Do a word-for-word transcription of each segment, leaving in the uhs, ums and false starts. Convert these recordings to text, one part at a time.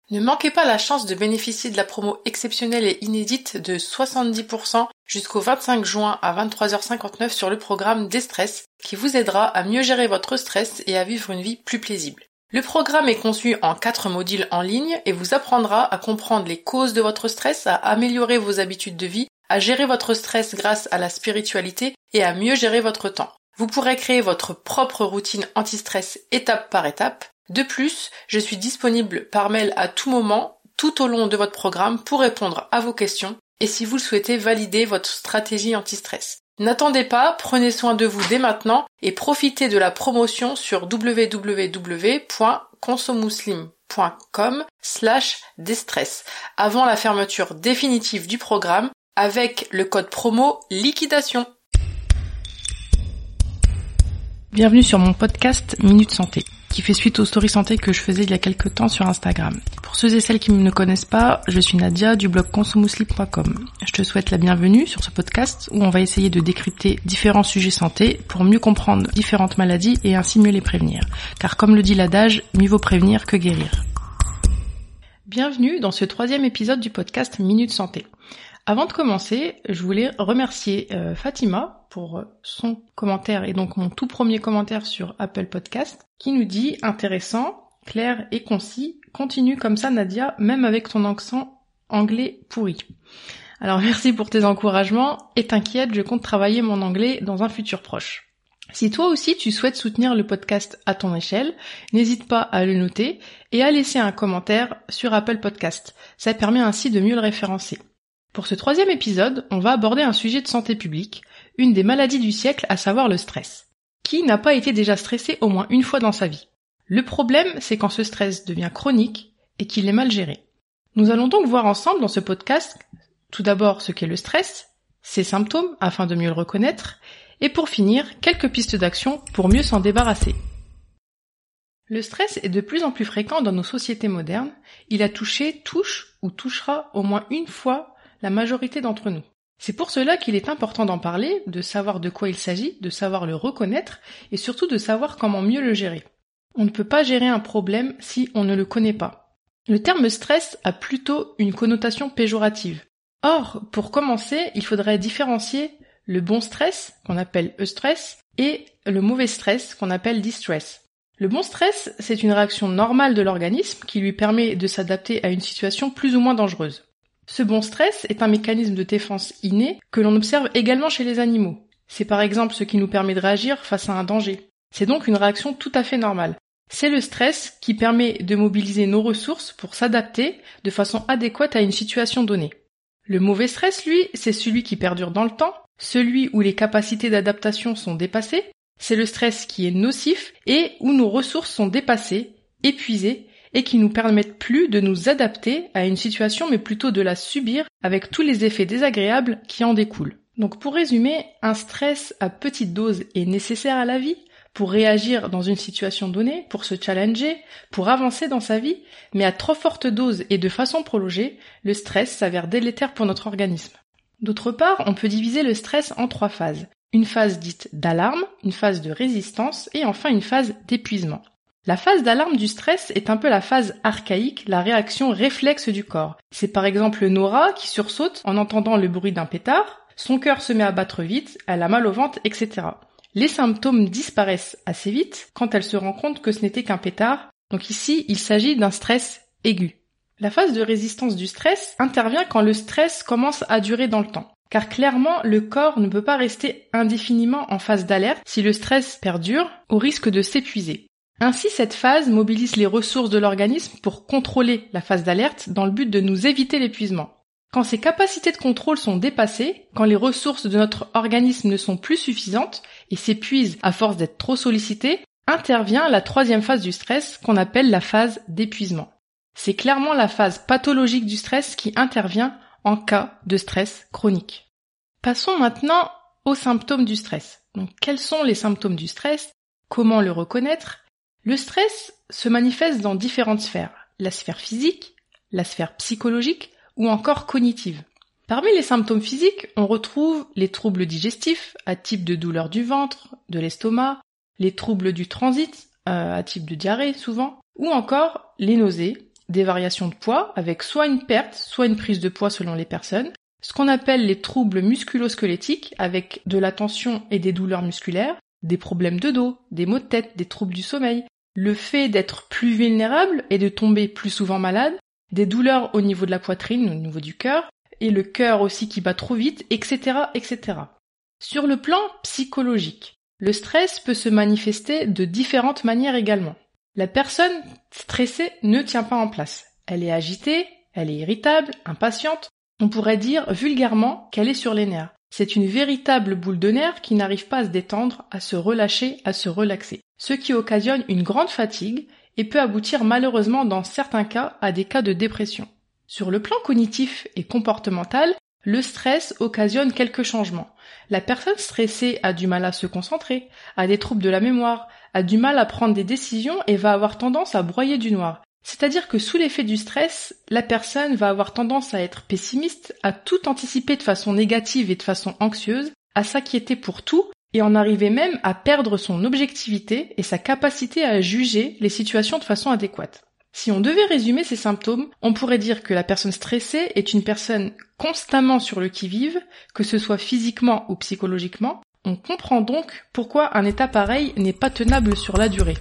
Ne manquez pas la chance de bénéficier de la promo exceptionnelle et inédite de soixante-dix pour cent jusqu'au vingt-cinq juin à vingt-trois heures cinquante-neuf sur le programme Destress qui vous aidera à mieux gérer votre stress et à vivre une vie plus paisible. Le programme est conçu en quatre modules en ligne et vous apprendra à comprendre les causes de votre stress, à améliorer vos habitudes de vie, à gérer votre stress grâce à la spiritualité et à mieux gérer votre temps. Vous pourrez créer votre propre routine anti-stress étape par étape. De plus, je suis disponible par mail à tout moment, tout au long de votre programme pour répondre à vos questions et si vous le souhaitez valider votre stratégie anti-stress. N'attendez pas, prenez soin de vous dès maintenant et profitez de la promotion sur w w w point consomuslim point com slash destress avant la fermeture définitive du programme avec le code promo liquidation. Bienvenue sur mon podcast Minute Santé, qui fait suite aux stories santé que je faisais il y a quelques temps sur Instagram. Pour ceux et celles qui ne me connaissent pas, je suis Nadia du blog consomuslim point com. Je te souhaite la bienvenue sur ce podcast où on va essayer de décrypter différents sujets santé pour mieux comprendre différentes maladies et ainsi mieux les prévenir. Car comme le dit l'adage, mieux vaut prévenir que guérir. Bienvenue dans ce troisième épisode du podcast Minute Santé. Avant de commencer, je voulais remercier euh, Fatima pour son commentaire et donc mon tout premier commentaire sur Apple Podcast qui nous dit « Intéressant, clair et concis, continue comme ça Nadia, même avec ton accent anglais pourri ». Alors merci pour tes encouragements et t'inquiète, je compte travailler mon anglais dans un futur proche. Si toi aussi tu souhaites soutenir le podcast à ton échelle, n'hésite pas à le noter et à laisser un commentaire sur Apple Podcast. Ça permet ainsi de mieux le référencer. Pour ce troisième épisode, on va aborder un sujet de santé publique, une des maladies du siècle, à savoir le stress. Qui n'a pas été déjà stressé au moins une fois dans sa vie ? Le problème, c'est quand ce stress devient chronique et qu'il est mal géré. Nous allons donc voir ensemble dans ce podcast, tout d'abord ce qu'est le stress, ses symptômes afin de mieux le reconnaître, et pour finir, quelques pistes d'action pour mieux s'en débarrasser. Le stress est de plus en plus fréquent dans nos sociétés modernes. Il a touché, touche ou touchera au moins une fois la majorité d'entre nous. C'est pour cela qu'il est important d'en parler, de savoir de quoi il s'agit, de savoir le reconnaître et surtout de savoir comment mieux le gérer. On ne peut pas gérer un problème si on ne le connaît pas. Le terme stress a plutôt une connotation péjorative. Or, pour commencer, il faudrait différencier le bon stress, qu'on appelle eustress, et le mauvais stress, qu'on appelle distress. Le bon stress, c'est une réaction normale de l'organisme qui lui permet de s'adapter à une situation plus ou moins dangereuse. Ce bon stress est un mécanisme de défense inné que l'on observe également chez les animaux. C'est par exemple ce qui nous permet de réagir face à un danger. C'est donc une réaction tout à fait normale. C'est le stress qui permet de mobiliser nos ressources pour s'adapter de façon adéquate à une situation donnée. Le mauvais stress, lui, c'est celui qui perdure dans le temps, celui où les capacités d'adaptation sont dépassées, c'est le stress qui est nocif et où nos ressources sont dépassées, épuisées, et qui nous permettent plus de nous adapter à une situation mais plutôt de la subir avec tous les effets désagréables qui en découlent. Donc pour résumer, un stress à petite dose est nécessaire à la vie pour réagir dans une situation donnée, pour se challenger, pour avancer dans sa vie, mais à trop forte dose et de façon prolongée, le stress s'avère délétère pour notre organisme. D'autre part, on peut diviser le stress en trois phases. Une phase dite d'alarme, une phase de résistance et enfin une phase d'épuisement. La phase d'alarme du stress est un peu la phase archaïque, la réaction réflexe du corps. C'est par exemple Nora qui sursaute en entendant le bruit d'un pétard, son cœur se met à battre vite, elle a mal au ventre, et cetera. Les symptômes disparaissent assez vite quand elle se rend compte que ce n'était qu'un pétard, donc ici il s'agit d'un stress aigu. La phase de résistance du stress intervient quand le stress commence à durer dans le temps. Car clairement, le corps ne peut pas rester indéfiniment en phase d'alerte si le stress perdure, au risque de s'épuiser. Ainsi, cette phase mobilise les ressources de l'organisme pour contrôler la phase d'alerte dans le but de nous éviter l'épuisement. Quand ces capacités de contrôle sont dépassées, quand les ressources de notre organisme ne sont plus suffisantes et s'épuisent à force d'être trop sollicitées, intervient la troisième phase du stress qu'on appelle la phase d'épuisement. C'est clairement la phase pathologique du stress qui intervient en cas de stress chronique. Passons maintenant aux symptômes du stress. Donc, quels sont les symptômes du stress ? Comment le reconnaître ? Le stress se manifeste dans différentes sphères, la sphère physique, la sphère psychologique ou encore cognitive. Parmi les symptômes physiques, on retrouve les troubles digestifs à type de douleur du ventre, de l'estomac, les troubles du transit euh, à type de diarrhée souvent, ou encore les nausées, des variations de poids avec soit une perte, soit une prise de poids selon les personnes, ce qu'on appelle les troubles musculo-squelettiques avec de la tension et des douleurs musculaires, des problèmes de dos, des maux de tête, des troubles du sommeil, le fait d'être plus vulnérable et de tomber plus souvent malade, des douleurs au niveau de la poitrine, au niveau du cœur, et le cœur aussi qui bat trop vite, et cetera, et cetera. Sur le plan psychologique, le stress peut se manifester de différentes manières également. La personne stressée ne tient pas en place. Elle est agitée, elle est irritable, impatiente. On pourrait dire vulgairement qu'elle est sur les nerfs. C'est une véritable boule de nerfs qui n'arrive pas à se détendre, à se relâcher, à se relaxer. Ce qui occasionne une grande fatigue et peut aboutir malheureusement dans certains cas à des cas de dépression. Sur le plan cognitif et comportemental, le stress occasionne quelques changements. La personne stressée a du mal à se concentrer, a des troubles de la mémoire, a du mal à prendre des décisions et va avoir tendance à broyer du noir. C'est-à-dire que sous l'effet du stress, la personne va avoir tendance à être pessimiste, à tout anticiper de façon négative et de façon anxieuse, à s'inquiéter pour tout et en arriver même à perdre son objectivité et sa capacité à juger les situations de façon adéquate. Si on devait résumer ces symptômes, on pourrait dire que la personne stressée est une personne constamment sur le qui-vive, que ce soit physiquement ou psychologiquement. On comprend donc pourquoi un état pareil n'est pas tenable sur la durée.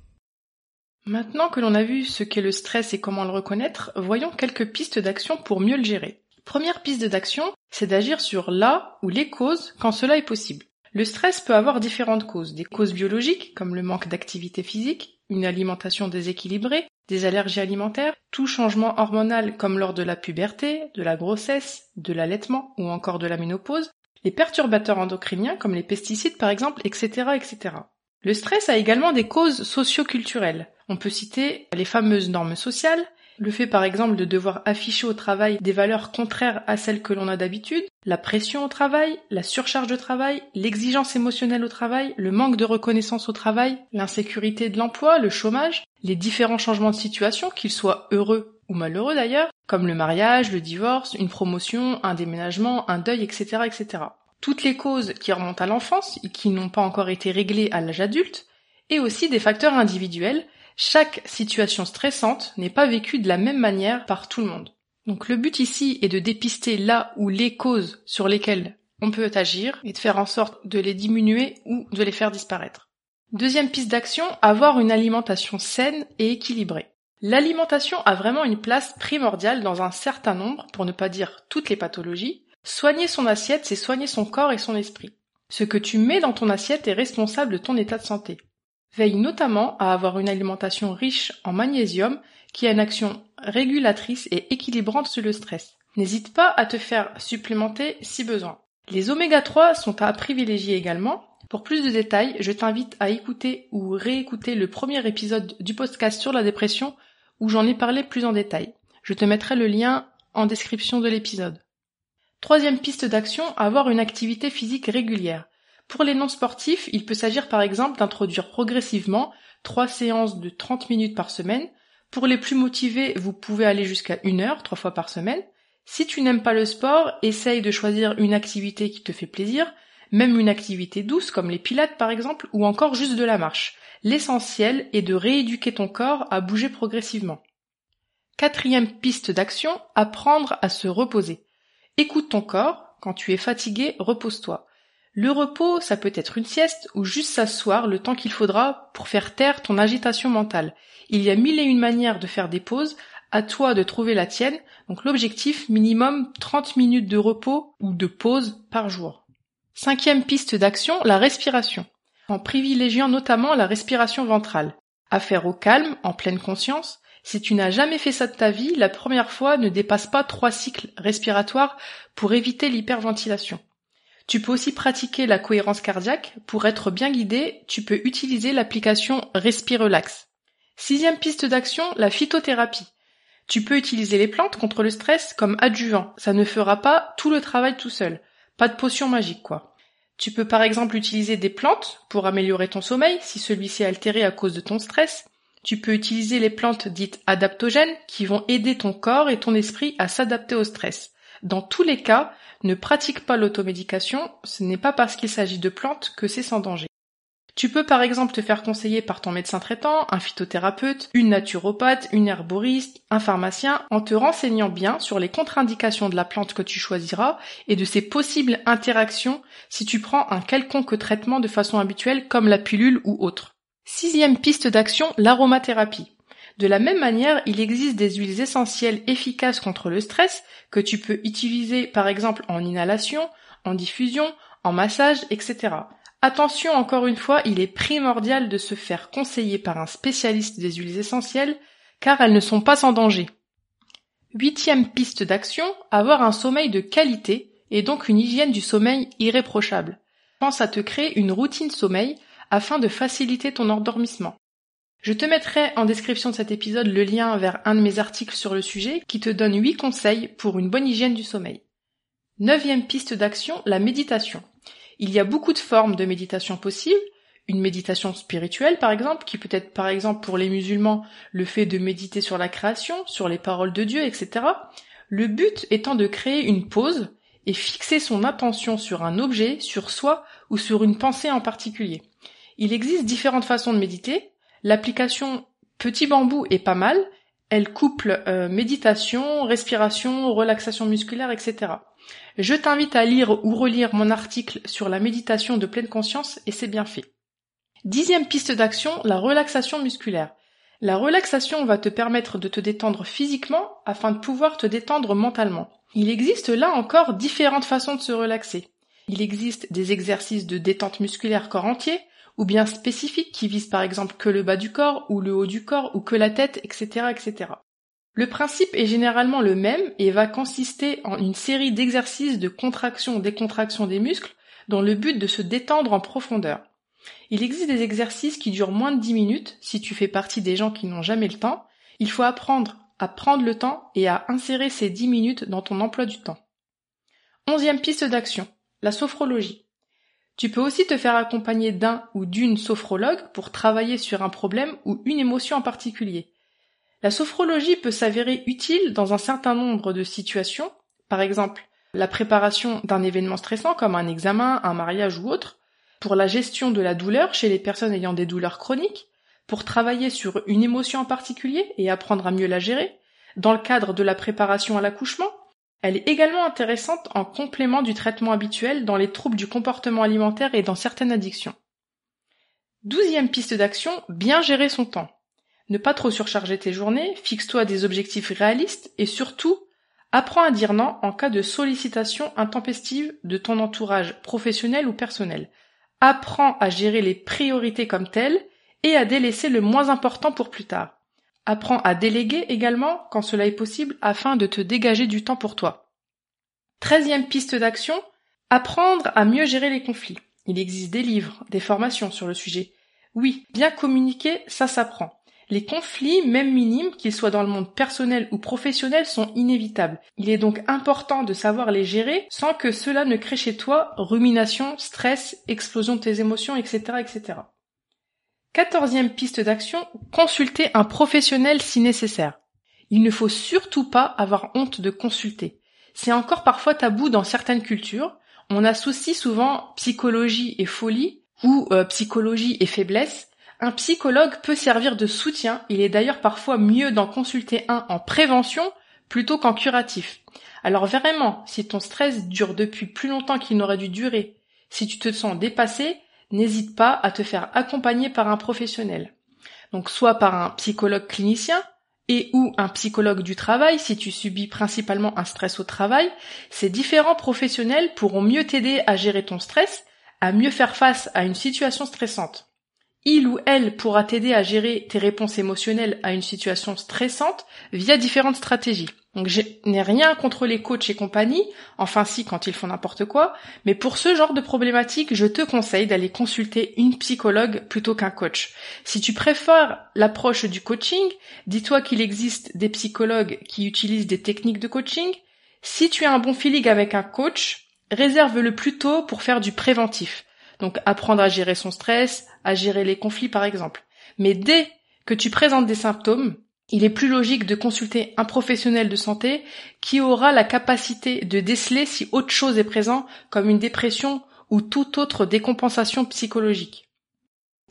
Maintenant que l'on a vu ce qu'est le stress et comment le reconnaître, voyons quelques pistes d'action pour mieux le gérer. Première piste d'action, c'est d'agir sur la ou les causes quand cela est possible. Le stress peut avoir différentes causes, des causes biologiques comme le manque d'activité physique, une alimentation déséquilibrée, des allergies alimentaires, tout changement hormonal comme lors de la puberté, de la grossesse, de l'allaitement ou encore de la ménopause, les perturbateurs endocriniens comme les pesticides par exemple, et cetera, et cetera. Le stress a également des causes socio-culturelles. On peut citer les fameuses normes sociales, le fait par exemple de devoir afficher au travail des valeurs contraires à celles que l'on a d'habitude, la pression au travail, la surcharge de travail, l'exigence émotionnelle au travail, le manque de reconnaissance au travail, l'insécurité de l'emploi, le chômage, les différents changements de situation, qu'ils soient heureux ou malheureux d'ailleurs, comme le mariage, le divorce, une promotion, un déménagement, un deuil, et cetera, et cetera. Toutes les causes qui remontent à l'enfance et qui n'ont pas encore été réglées à l'âge adulte, et aussi des facteurs individuels. Chaque situation stressante n'est pas vécue de la même manière par tout le monde. Donc le but ici est de dépister là où les causes sur lesquelles on peut agir et de faire en sorte de les diminuer ou de les faire disparaître. Deuxième piste d'action, avoir une alimentation saine et équilibrée. L'alimentation a vraiment une place primordiale dans un certain nombre, pour ne pas dire toutes les pathologies. Soigner son assiette, c'est soigner son corps et son esprit. Ce que tu mets dans ton assiette est responsable de ton état de santé. Veille notamment à avoir une alimentation riche en magnésium qui a une action régulatrice et équilibrante sur le stress. N'hésite pas à te faire supplémenter si besoin. Les oméga trois sont à privilégier également. Pour plus de détails, je t'invite à écouter ou réécouter le premier épisode du podcast sur la dépression où j'en ai parlé plus en détail. Je te mettrai le lien en description de l'épisode. Troisième piste d'action, avoir une activité physique régulière. Pour les non-sportifs, il peut s'agir par exemple d'introduire progressivement trois séances de trente minutes par semaine. Pour les plus motivés, vous pouvez aller jusqu'à une heure, trois fois par semaine. Si tu n'aimes pas le sport, essaye de choisir une activité qui te fait plaisir, même une activité douce comme les pilates par exemple, ou encore juste de la marche. L'essentiel est de rééduquer ton corps à bouger progressivement. Quatrième piste d'action, apprendre à se reposer. Écoute ton corps, quand tu es fatigué, repose-toi. Le repos, ça peut être une sieste ou juste s'asseoir le temps qu'il faudra pour faire taire ton agitation mentale. Il y a mille et une manières de faire des pauses, à toi de trouver la tienne, donc l'objectif minimum trente minutes de repos ou de pause par jour. Cinquième piste d'action, la respiration, en privilégiant notamment la respiration ventrale. À faire au calme, en pleine conscience. Si tu n'as jamais fait ça de ta vie, la première fois ne dépasse pas trois cycles respiratoires pour éviter l'hyperventilation. Tu peux aussi pratiquer la cohérence cardiaque. Pour être bien guidé, tu peux utiliser l'application Respirelax. Sixième piste d'action, la phytothérapie. Tu peux utiliser les plantes contre le stress comme adjuvant. Ça ne fera pas tout le travail tout seul. Pas de potion magique, quoi. Tu peux par exemple utiliser des plantes pour améliorer ton sommeil si celui-ci est altéré à cause de ton stress. Tu peux utiliser les plantes dites adaptogènes qui vont aider ton corps et ton esprit à s'adapter au stress. Dans tous les cas, ne pratique pas l'automédication, ce n'est pas parce qu'il s'agit de plantes que c'est sans danger. Tu peux par exemple te faire conseiller par ton médecin traitant, un phytothérapeute, une naturopathe, une herboriste, un pharmacien, en te renseignant bien sur les contre-indications de la plante que tu choisiras et de ses possibles interactions si tu prends un quelconque traitement de façon habituelle comme la pilule ou autre. Sixième piste d'action, l'aromathérapie. De la même manière, il existe des huiles essentielles efficaces contre le stress que tu peux utiliser par exemple en inhalation, en diffusion, en massage, et cetera. Attention, encore une fois, il est primordial de se faire conseiller par un spécialiste des huiles essentielles, car elles ne sont pas sans danger. Huitième piste d'action, avoir un sommeil de qualité et donc une hygiène du sommeil irréprochable. Pense à te créer une routine sommeil afin de faciliter ton endormissement. Je te mettrai en description de cet épisode le lien vers un de mes articles sur le sujet qui te donne huit conseils pour une bonne hygiène du sommeil. Neuvième piste d'action, la méditation. Il y a beaucoup de formes de méditation possibles, une méditation spirituelle par exemple, qui peut être par exemple pour les musulmans le fait de méditer sur la création, sur les paroles de Dieu, et cetera. Le but étant de créer une pause et fixer son attention sur un objet, sur soi ou sur une pensée en particulier. Il existe différentes façons de méditer. L'application Petit Bambou est pas mal, elle couple euh, méditation, respiration, relaxation musculaire, et cetera. Je t'invite à lire ou relire mon article sur la méditation de pleine conscience et c'est bien fait. Dixième piste d'action, la relaxation musculaire. La relaxation va te permettre de te détendre physiquement afin de pouvoir te détendre mentalement. Il existe là encore différentes façons de se relaxer. Il existe des exercices de détente musculaire corps entier ou bien spécifiques qui visent par exemple que le bas du corps ou le haut du corps ou que la tête, et cetera, et cetera. Le principe est généralement le même et va consister en une série d'exercices de contraction-décontraction des muscles dans le but de se détendre en profondeur. Il existe des exercices qui durent moins de dix minutes si tu fais partie des gens qui n'ont jamais le temps. Il faut apprendre à prendre le temps et à insérer ces dix minutes dans ton emploi du temps. Onzième piste d'action, la sophrologie. Tu peux aussi te faire accompagner d'un ou d'une sophrologue pour travailler sur un problème ou une émotion en particulier. La sophrologie peut s'avérer utile dans un certain nombre de situations, par exemple la préparation d'un événement stressant comme un examen, un mariage ou autre, pour la gestion de la douleur chez les personnes ayant des douleurs chroniques, pour travailler sur une émotion en particulier et apprendre à mieux la gérer, dans le cadre de la préparation à l'accouchement. Elle est également intéressante en complément du traitement habituel dans les troubles du comportement alimentaire et dans certaines addictions. Douzième piste d'action, bien gérer son temps. Ne pas trop surcharger tes journées, fixe-toi des objectifs réalistes et surtout, apprends à dire non en cas de sollicitation intempestive de ton entourage professionnel ou personnel. Apprends à gérer les priorités comme telles et à délaisser le moins important pour plus tard. Apprends à déléguer également quand cela est possible afin de te dégager du temps pour toi. Treizième piste d'action, apprendre à mieux gérer les conflits. Il existe des livres, des formations sur le sujet. Oui, bien communiquer, ça s'apprend. Les conflits, même minimes, qu'ils soient dans le monde personnel ou professionnel, sont inévitables. Il est donc important de savoir les gérer sans que cela ne crée chez toi rumination, stress, explosion de tes émotions, et cetera, et cetera. Quatorzième piste d'action, consulter un professionnel si nécessaire. Il ne faut surtout pas avoir honte de consulter. C'est encore parfois tabou dans certaines cultures. On associe souvent psychologie et folie ou euh, psychologie et faiblesse. Un psychologue peut servir de soutien. Il est d'ailleurs parfois mieux d'en consulter un en prévention plutôt qu'en curatif. Alors vraiment, si ton stress dure depuis plus longtemps qu'il n'aurait dû durer, si tu te sens dépassé, n'hésite pas à te faire accompagner par un professionnel. Donc soit par un psychologue clinicien et ou un psychologue du travail si tu subis principalement un stress au travail. Ces différents professionnels pourront mieux t'aider à gérer ton stress, à mieux faire face à une situation stressante. Il ou elle pourra t'aider à gérer tes réponses émotionnelles à une situation stressante via différentes stratégies. Donc je n'ai rien contre les coachs et compagnie, enfin si quand ils font n'importe quoi, mais pour ce genre de problématique, je te conseille d'aller consulter une psychologue plutôt qu'un coach. Si tu préfères l'approche du coaching, dis-toi qu'il existe des psychologues qui utilisent des techniques de coaching. Si tu as un bon feeling avec un coach, réserve-le plutôt pour faire du préventif. Donc apprendre à gérer son stress, à gérer les conflits par exemple. Mais dès que tu présentes des symptômes, il est plus logique de consulter un professionnel de santé qui aura la capacité de déceler si autre chose est présent comme une dépression ou toute autre décompensation psychologique.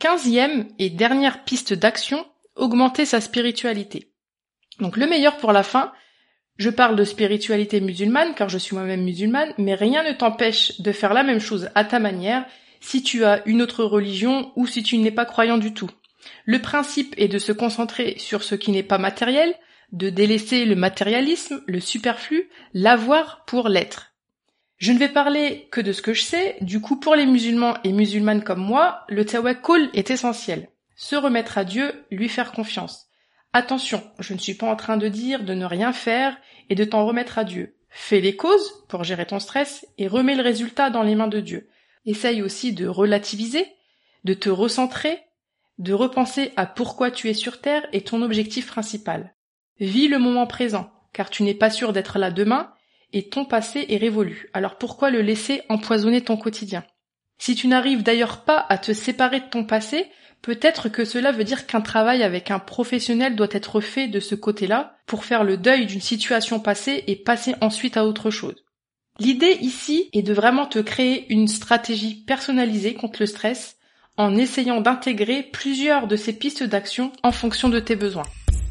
Quinzième et dernière piste d'action, augmenter sa spiritualité. Donc le meilleur pour la fin, je parle de spiritualité musulmane car je suis moi-même musulmane, mais rien ne t'empêche de faire la même chose à ta manière si tu as une autre religion ou si tu n'es pas croyant du tout. Le principe est de se concentrer sur ce qui n'est pas matériel, de délaisser le matérialisme, le superflu, l'avoir pour l'être. Je ne vais parler que de ce que je sais, du coup pour les musulmans et musulmanes comme moi, le tawakkul est essentiel. Se remettre à Dieu, lui faire confiance. Attention, je ne suis pas en train de dire de ne rien faire et de t'en remettre à Dieu. Fais les causes pour gérer ton stress et remets le résultat dans les mains de Dieu. Essaye aussi de relativiser, de te recentrer, de repenser à pourquoi tu es sur Terre et ton objectif principal. Vis le moment présent, car tu n'es pas sûr d'être là demain et ton passé est révolu. Alors pourquoi le laisser empoisonner ton quotidien? Si tu n'arrives d'ailleurs pas à te séparer de ton passé, peut-être que cela veut dire qu'un travail avec un professionnel doit être fait de ce côté-là pour faire le deuil d'une situation passée et passer ensuite à autre chose. L'idée ici est de vraiment te créer une stratégie personnalisée contre le stress en essayant d'intégrer plusieurs de ces pistes d'action en fonction de tes besoins.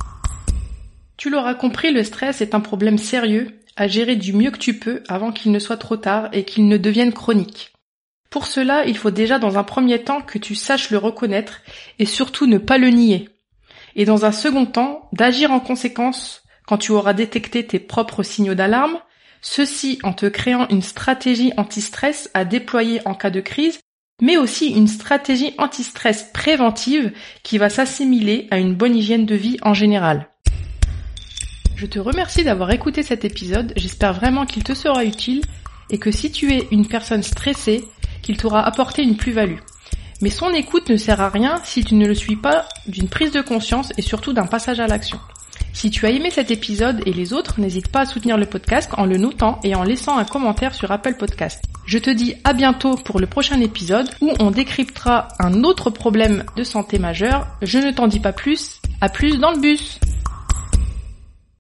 Tu l'auras compris, le stress est un problème sérieux à gérer du mieux que tu peux avant qu'il ne soit trop tard et qu'il ne devienne chronique. Pour cela, il faut déjà dans un premier temps que tu saches le reconnaître et surtout ne pas le nier. Et dans un second temps, d'agir en conséquence quand tu auras détecté tes propres signaux d'alarme, ceci en te créant une stratégie anti-stress à déployer en cas de crise, mais aussi une stratégie anti-stress préventive qui va s'assimiler à une bonne hygiène de vie en général. Je te remercie d'avoir écouté cet épisode, j'espère vraiment qu'il te sera utile et que si tu es une personne stressée, qu'il t'aura apporté une plus-value. Mais son écoute ne sert à rien si tu ne le suis pas d'une prise de conscience et surtout d'un passage à l'action. Si tu as aimé cet épisode et les autres, n'hésite pas à soutenir le podcast en le notant et en laissant un commentaire sur Apple Podcast. Je te dis à bientôt pour le prochain épisode où on décryptera un autre problème de santé majeur. Je ne t'en dis pas plus, à plus dans le bus.